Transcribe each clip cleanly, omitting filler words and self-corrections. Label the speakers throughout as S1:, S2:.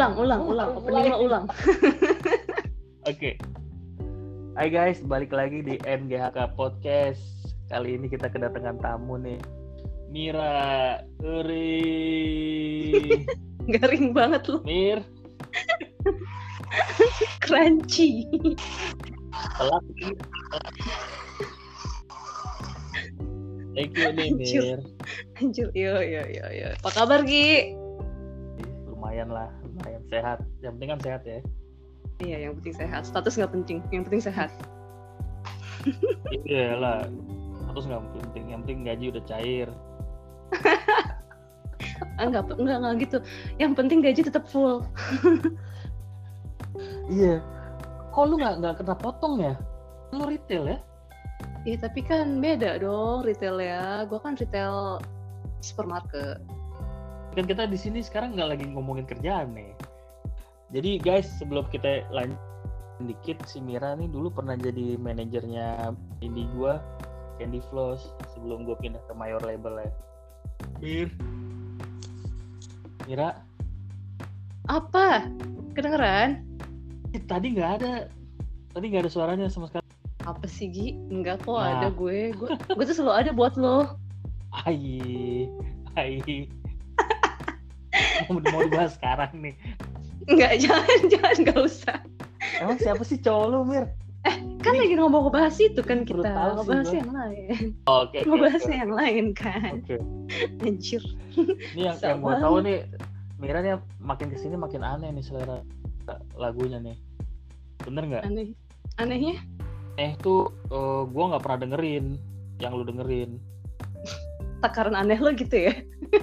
S1: Opening lo ulang.
S2: Oke. Hai guys, balik lagi di NGHK Podcast. Kali ini kita kedatangan tamu nih. Mira,
S1: Garing banget lu.
S2: Mir.
S1: Crunchy.
S2: Telat. Thank you nih, Mir.
S1: Anjir, yo. Apa kabar, Gi?
S2: Lumayan sehat. Yang penting kan sehat ya.
S1: Iya, yang penting sehat. Status nggak penting, yang penting sehat.
S2: Iya lah. Status nggak penting, yang penting gaji udah cair.
S1: Enggak gitu. Yang penting gaji tetap full.
S2: Iya. Kok lu nggak kena potong ya? Lu retail ya?
S1: Iya, tapi kan beda dong retail ya. Gua kan retail supermarket.
S2: Kan kita di sini sekarang nggak lagi ngomongin kerjaan nih. Jadi guys, sebelum kita lanjut dikit, si Mira nih dulu pernah jadi manajernya indie gua, Candy Floss, sebelum gua pindah ke Mayor Label ya. Mira,
S1: apa? Kedengeran?
S2: Tadi nggak ada suaranya sama sekali.
S1: Apa sih, Gi? Enggak kok,
S2: Nah.
S1: ada gue tuh selalu ada buat lo.
S2: Hai. Mau dibahas sekarang nih.
S1: Enggak, jangan, enggak usah.
S2: Emang siapa sih cowok lu, Mir?
S1: Kan lagi ngomong ngebahas itu kan
S2: Baru
S1: kita
S2: tahu sih
S1: ngebahas
S2: gua.
S1: yang lain.
S2: Oke.
S1: Ngebahas yang lain kan.
S2: Oke.
S1: Anjir.
S2: Ini yang gue tahu nih, Mira nih makin kesini makin aneh nih selera lagunya nih. Bener nggak?
S1: Anehnya?
S2: Tuh gue nggak pernah dengerin yang lu dengerin.
S1: Takaran aneh lo gitu ya?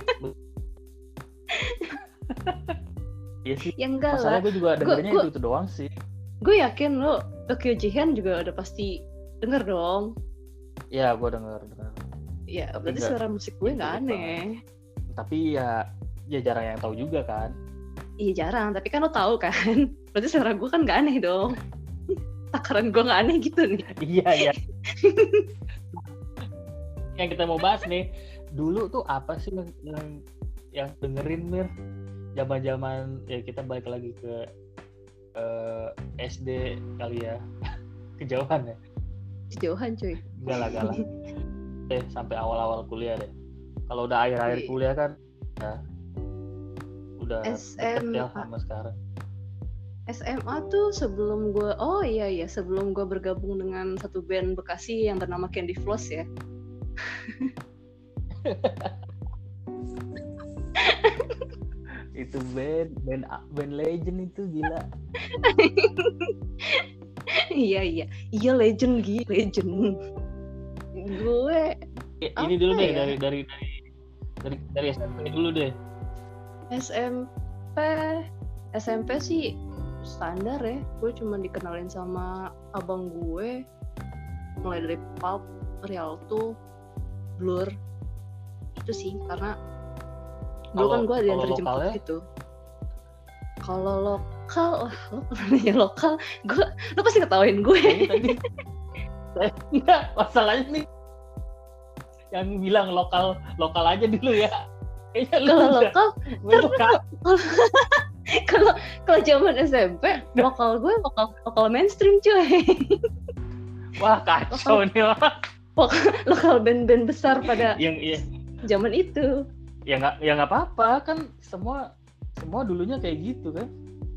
S2: Iya sih.
S1: Ya enggak lah.
S2: Masalahnya gue juga dengerinnya itu doang sih.
S1: Gue yakin lo Tokyo Jihan juga udah pasti denger dong.
S2: Ya gue denger.
S1: Ya berarti selera musik gue nggak aneh.
S2: Tapi ya jarang yang tahu juga kan.
S1: Iya jarang, tapi kan lo tahu kan. Berarti selera gue kan nggak aneh dong. Takaran gue nggak aneh gitu nih.
S2: Iya. Yang kita mau bahas nih, dulu tuh apa sih yang dengerin, Mir? Zaman-zaman ya kita balik lagi ke SD kali ya. Kejauhan ya?
S1: Kejauhan cuy.
S2: Galak. Sampai awal-awal kuliah deh. Kalau udah akhir-akhir kuliah kan ya udah deket ya sama sekarang.
S1: SMA tuh sebelum gue sebelum gue bergabung dengan satu band Bekasi yang bernama Candy Floss ya.
S2: Itu band legend itu gila.
S1: Iya legend. Gue
S2: ini dulu deh ya? dari SMP dulu deh.
S1: SMP sih standar ya. Gue cuma dikenalin sama abang gue mulai dari Pulp, Rialto, Blur. Itu sih karena dulu kan gue ada yang terjemput gitu. Kalau lokal, lo pernah nanya lokal, lo pasti ketawain gue.
S2: Enggak, masalahnya nih yang bilang lokal aja dulu ya.
S1: Kalau lokal, kalau zaman SMP, lokal gue lokal mainstream cuy.
S2: Wah kacau nih orang.
S1: Lokal band-band besar pada
S2: yang
S1: zaman itu.
S2: Ya nggak apa-apa kan, semua dulunya kayak gitu kan.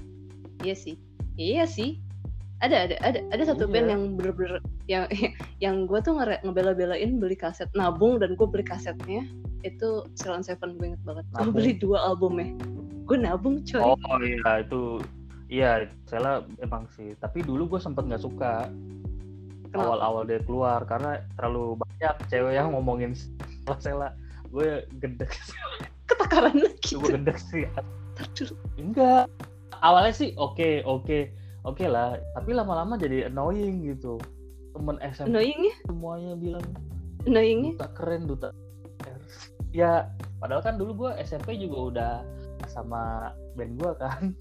S1: Iya sih. Ada satu band yang bener-bener yang gue tuh ngebela-belain beli kaset, nabung, dan gue beli kasetnya itu Ceylon Seven. Gue inget banget. Gue beli 2 albumnya. Gue nabung coy.
S2: Oh iya itu. Iya, Sheila emang sih. Tapi dulu gue sempet nggak suka. Kenapa? Awal-awal dia keluar karena terlalu banyak cewek yang ngomongin Sheila. Gue gedek.
S1: Ketakaran lagi.
S2: Gue gedek sih. Enggak. Awalnya sih oke lah. Tapi lama-lama jadi annoying gitu. Temen SMP
S1: annoyingnya?
S2: Semuanya bilang
S1: annoyingnya?
S2: Duta keren, duta. Ya, padahal kan dulu gue SMP juga udah sama band gue kan.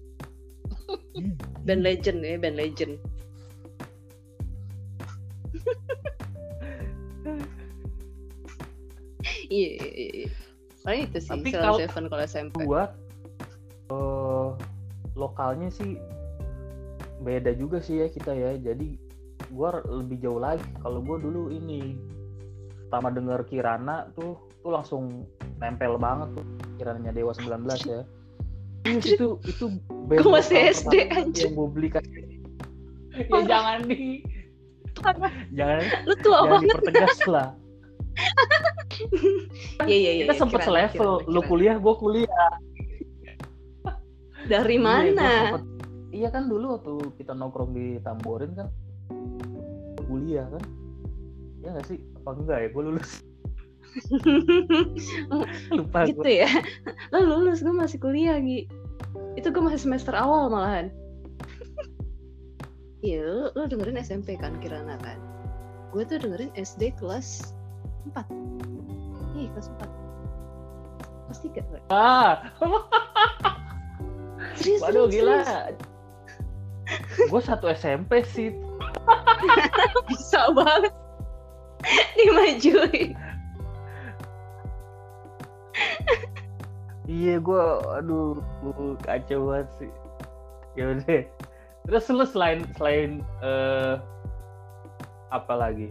S1: Band legend. Iya. Paling itu sih Ceylon Seven kalau SMP.
S2: Gue lokalnya sih beda juga sih ya kita ya. Jadi gue lebih jauh lagi. Kalau gue dulu ini pertama denger Kirana tuh langsung nempel banget tuh Kirananya Dewa 19 ya. Itu band
S1: Gue masih
S2: lokal
S1: SD
S2: pertama
S1: anjir.
S2: yang gue beli kasih. Ya jangan
S1: Lu tua
S2: jangan
S1: banget.
S2: dipertegas lah.
S1: Iya.
S2: Kita sempet selevel. Lu kuliah, gue kuliah.
S1: Dari
S2: Iya,
S1: mana?
S2: Iya kan dulu waktu kita nongkrong di Tamborin kan kuliah kan. Ya nggak sih? Apa enggak ya? Gue lulus. Lupa
S1: Gitu
S2: gue.
S1: ya. Lo lulus, gue masih kuliah Gi. Itu gue masih semester awal malahan. Iya, lo dengerin SMP kan Kirana kan. Gue tuh dengerin SD kelas 4. Iya, kelas 4. Kelas 3 kan? Serius,
S2: Waduh
S1: serius.
S2: gila. Gue satu SMP sih.
S1: Bisa banget dimajuin.
S2: Iya gue, aduh kacau banget sih. Ya udah. Terus lu selain apa lagi?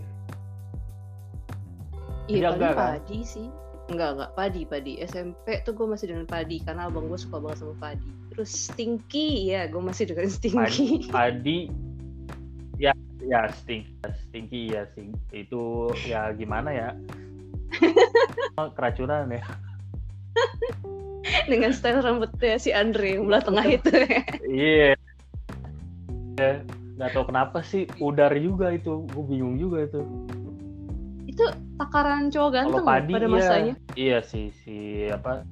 S1: Iya, paling
S2: Jaga, kan?
S1: padi sih. Enggak, padi. SMP tuh gue masih dengan padi karena abang gue suka banget sama padi. Terus Stinky, ya gue masih dengerin Stinky.
S2: Padi ya Stinky ya itu ya gimana ya? Keracunan ya.
S1: Dengan style rambutnya si Andre yang belah tengah itu.
S2: Iya. Nggak tahu kenapa sih udar juga itu, gue bingung juga itu.
S1: Itu takaran cowok ganteng
S2: Kalau padi
S1: pada masanya.
S2: iya si apa?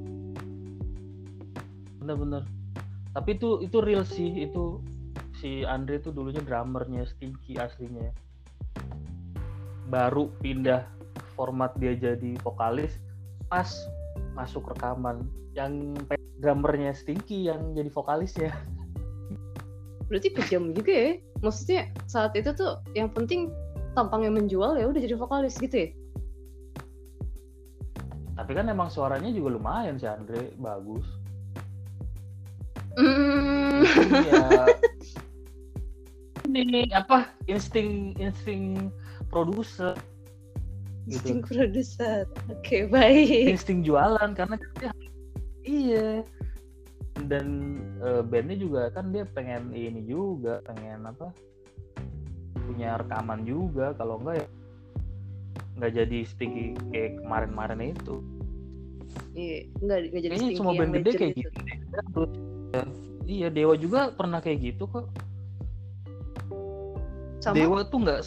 S2: Bener. Tapi itu real sih, itu si Andre tuh dulunya drummernya Stinky aslinya. Baru pindah format dia jadi vokalis pas masuk rekaman yang drummernya Stinky yang jadi vokalisnya.
S1: Berarti kejam juga ya. Maksudnya saat itu tuh yang penting tampangnya menjual ya udah jadi vokalis gitu ya.
S2: Tapi kan emang suaranya juga lumayan si Andre, bagus. Ya ini apa insting produser
S1: Insting
S2: gitu.
S1: produser. Oke, baik.
S2: Insting jualan karena dia iya. Dan bandnya juga kan dia pengen ini juga, pengen apa? Punya rekaman juga, kalau enggak ya nggak jadi Stinky kayak kemarin itu.
S1: Iya, enggak jadi
S2: Kayaknya
S1: Stinky
S2: semua
S1: yang
S2: band gede
S1: legend
S2: kayak
S1: itu.
S2: gitu. Iya, Dewa juga pernah kayak gitu kok.
S1: Sama?
S2: Dewa tuh nggak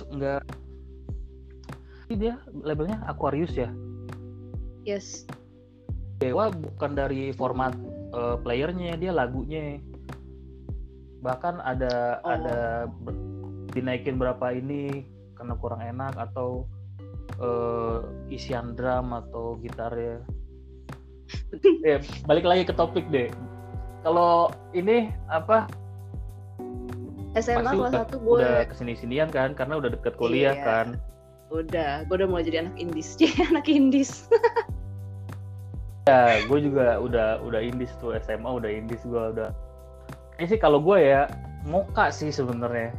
S2: dia labelnya Aquarius ya.
S1: Yes.
S2: Dewa bukan dari format playernya, dia lagunya. Bahkan ada dinaikin berapa ini karena kurang enak atau isian drum atau gitar ya. Balik lagi ke topik deh. Kalau ini apa?
S1: SMA
S2: pasti
S1: kelas 1 gue
S2: udah kesini-sinian kan karena udah deket kuliah
S1: Iya.
S2: kan.
S1: gue udah mulai jadi anak indis. Anak indis.
S2: Ya, gue juga udah indis tuh, SMA udah indis gue udah. Ini sih kalau gue ya Moka sih sebenarnya.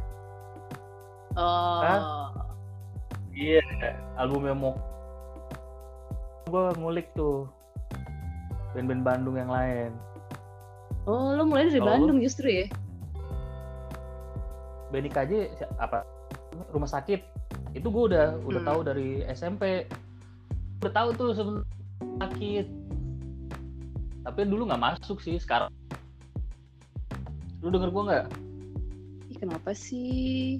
S1: Oh.
S2: Iya, albumnya Moka. Gue ngulik tuh band-band Bandung yang lain.
S1: Oh, lo mulai dari
S2: Kalau
S1: Bandung justru ya?
S2: Benny KJ apa? Rumah Sakit. Itu gue udah tahu dari SMP. Udah tahu tuh sebenarnya sakit. Tapi dulu nggak masuk sih, sekarang. Lu denger gue nggak?
S1: Ih, kenapa sih?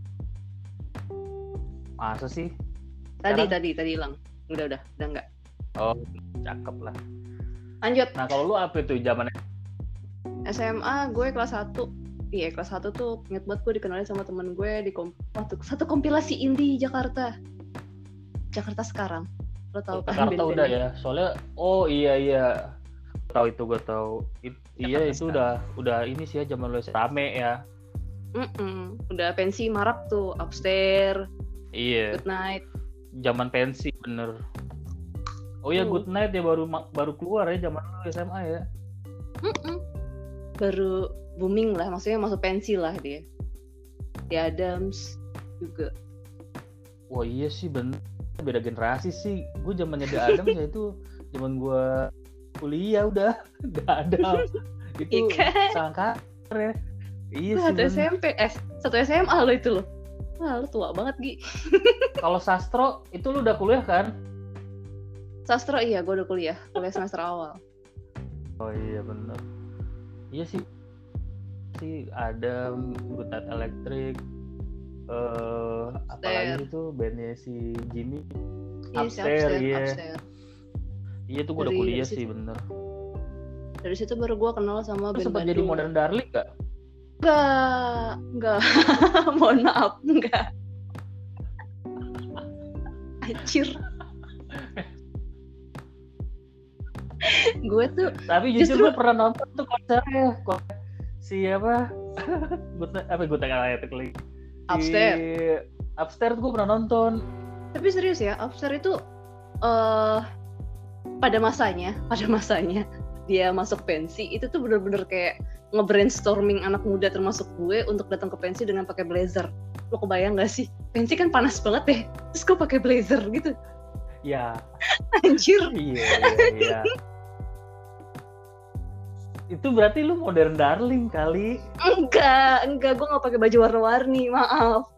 S2: Masa sih?
S1: Tadi hilang. Udah enggak.
S2: Oh, cakep lah.
S1: Lanjut.
S2: Nah, kalau lu apa tuh zaman
S1: SMA gue kelas 1. Iya, kelas 1 tuh inget banget gue dikenalin sama temen gue di satu kompilasi indie Jakarta. Jakarta Sekarang. Lo tahu kan
S2: Jakarta udah ya? Soalnya iya. Tahu itu gue tahu. Iya itu udah ini sih ya zaman lu rame ya.
S1: Udah pensi marak tuh, Upstairs.
S2: Iya.
S1: Good Night.
S2: Zaman pensi bener. Oh ya Good Night ya baru keluar ya zaman lu SMA ya.
S1: baru booming lah, maksudnya masuk pensi lah dia. Di Adams juga.
S2: Wah iya sih bener, beda generasi sih. Gue zamannya The Adams ya itu zaman gue kuliah udah nggak ada. Itu sangat ya. Iya sih.
S1: Satu SMA lo itu lo. Wah lo tua banget Gi.
S2: Kalau sastro itu lo udah kuliah kan?
S1: Sastro iya, gue udah kuliah semester awal.
S2: Oh iya bener. Iya sih ada Good Night Electric, apalagi itu bandnya si Jimmy, Upstairs, iya. Iya tuh gue udah kuliah sih bener.
S1: Dari situ baru gue kenal sama band
S2: sempat jadi Modern Darling gak?
S1: Enggak. Mohon maaf, enggak. Anjir. Gue tuh
S2: tapi justru gue pernah nonton tuh konsernya siapa Good Night Electric Upstairs gue pernah nonton.
S1: Tapi serius ya, Upstairs itu pada masanya dia masuk pensi itu tuh bener-bener kayak nge-brainstorming anak muda termasuk gue untuk datang ke pensi dengan pakai blazer. Lo kebayang gak sih? Pensi kan panas banget deh, terus gue pakai blazer gitu.
S2: Ya.
S1: Anjir.
S2: Iya. Itu berarti lu Modern Darling kali?
S1: Enggak, gue nggak pakai baju warna-warni, maaf.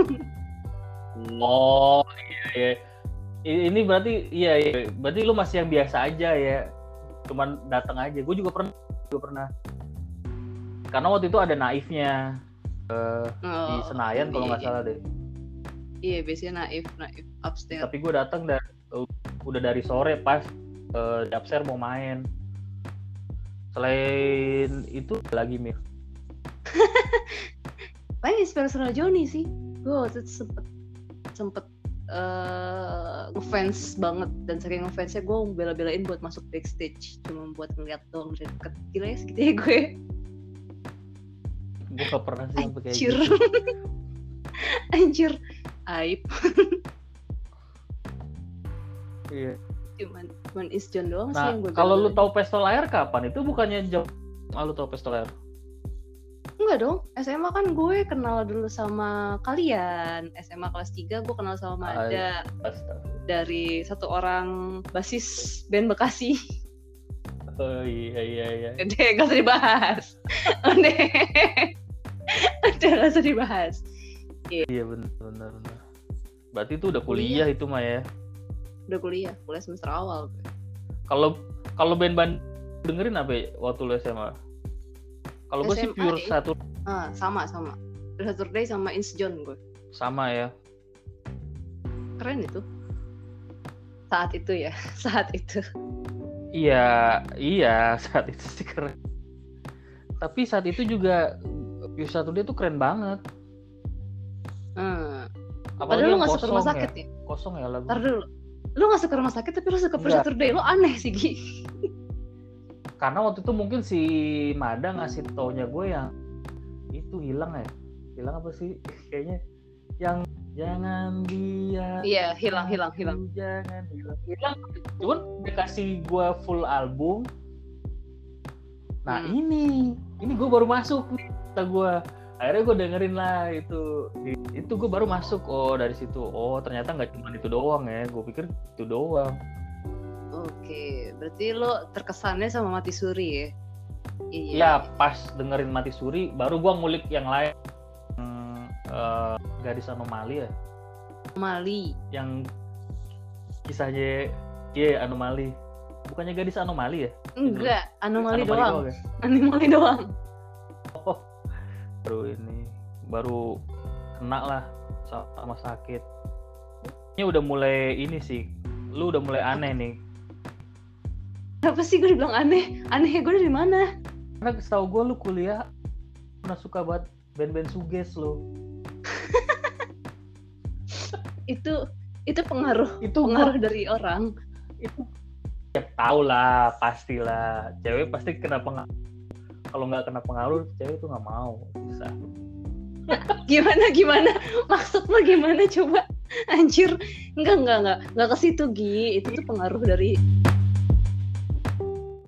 S2: Oh iya. Ini berarti iya. Berarti lu masih yang biasa aja ya, cuman datang aja. Gue juga pernah. Karena waktu itu ada Naifnya di Senayan kalau nggak salah deh.
S1: Iya biasanya Naif Upstairs.
S2: Tapi gue datang udah dari sore pas Upstairs mau main. Selain itu lagi Mir.
S1: Paling Inspirational Johnny sih. Gue waktu itu sempet ngefans banget, dan saking ngefansnya gue bela-belain buat masuk backstage cuma buat ngeliat doang dari deket. Gila ya segitu ya gue.
S2: Gue gak pernah sih sampai kayak gitu.
S1: Anjir, aib.
S2: Iya.
S1: Cuman Isjon doang sih yang gue.
S2: Kalau lu tahu Pistol Air kapan? Itu bukannya jauh lu tahu Pistol Air?
S1: Enggak dong, SMA kan gue kenal dulu sama kalian. SMA kelas 3 gue kenal sama Mada. Dari satu orang basis band Bekasi.
S2: Oh iya.
S1: Udah gak usah dibahas. Udah gak usah dibahas.
S2: Iya benar. Berarti itu udah kuliah itu mah ya?
S1: Udah kuliah semester awal.
S2: Kalau band dengerin apa ya, waktu lu SMA? Kalau gue sih Pure satu.
S1: Sama. Pure Saturday sama Insjon gue.
S2: Sama ya.
S1: Keren itu. Saat itu ya.
S2: Iya, saat itu sih keren. Tapi saat itu juga Pure Saturday tuh keren banget.
S1: Padahal lu gak suka rumah sakit ya?
S2: Kosong ya lagu.
S1: Ntar dulu. Lu gak suka rumah sakit tapi lu suka Pure Saturday. Lu aneh sih Gi.
S2: Karena waktu itu mungkin si Mada ngasih taunya gue yang itu hilang apa sih kayaknya yang jangan dia.
S1: Iya hilang.
S2: Jangan hilang. Cuman dia kasih gue full album. Nah ini gue baru masuk nih kata gue. Akhirnya gue dengerin lah itu gue baru masuk. Oh dari situ. Oh ternyata nggak cuma itu doang ya. Gue pikir itu doang.
S1: Oke, berarti lo terkesannya sama Mati Suri ya?
S2: Iya. Ya pas dengerin Mati Suri baru gue ngulik yang lain. Gadis Anomali ya?
S1: Anomali.
S2: Yang kisahnya Anomali. Bukannya Gadis Anomali ya?
S1: Enggak, Anomali doang. Anomali doang.
S2: Oh, baru kena lah sama sakit. Ini udah mulai ini sih. Lu udah mulai aneh nih.
S1: Apa sih gue dibilang aneh? Anehnya gue dari mana?
S2: Karena setahu gue lu kuliah pernah suka banget band-band shoegaze lo. itu pengaruh dari orang. Itu ya tau lah, pastilah. Cewek pasti kena pengaruh. Kalau nggak kena pengaruh, cewek tuh nggak mau. Bisa.
S1: Gimana? Maksud lo gimana coba? Anjir, enggak ke situ Gi. Itu tuh pengaruh dari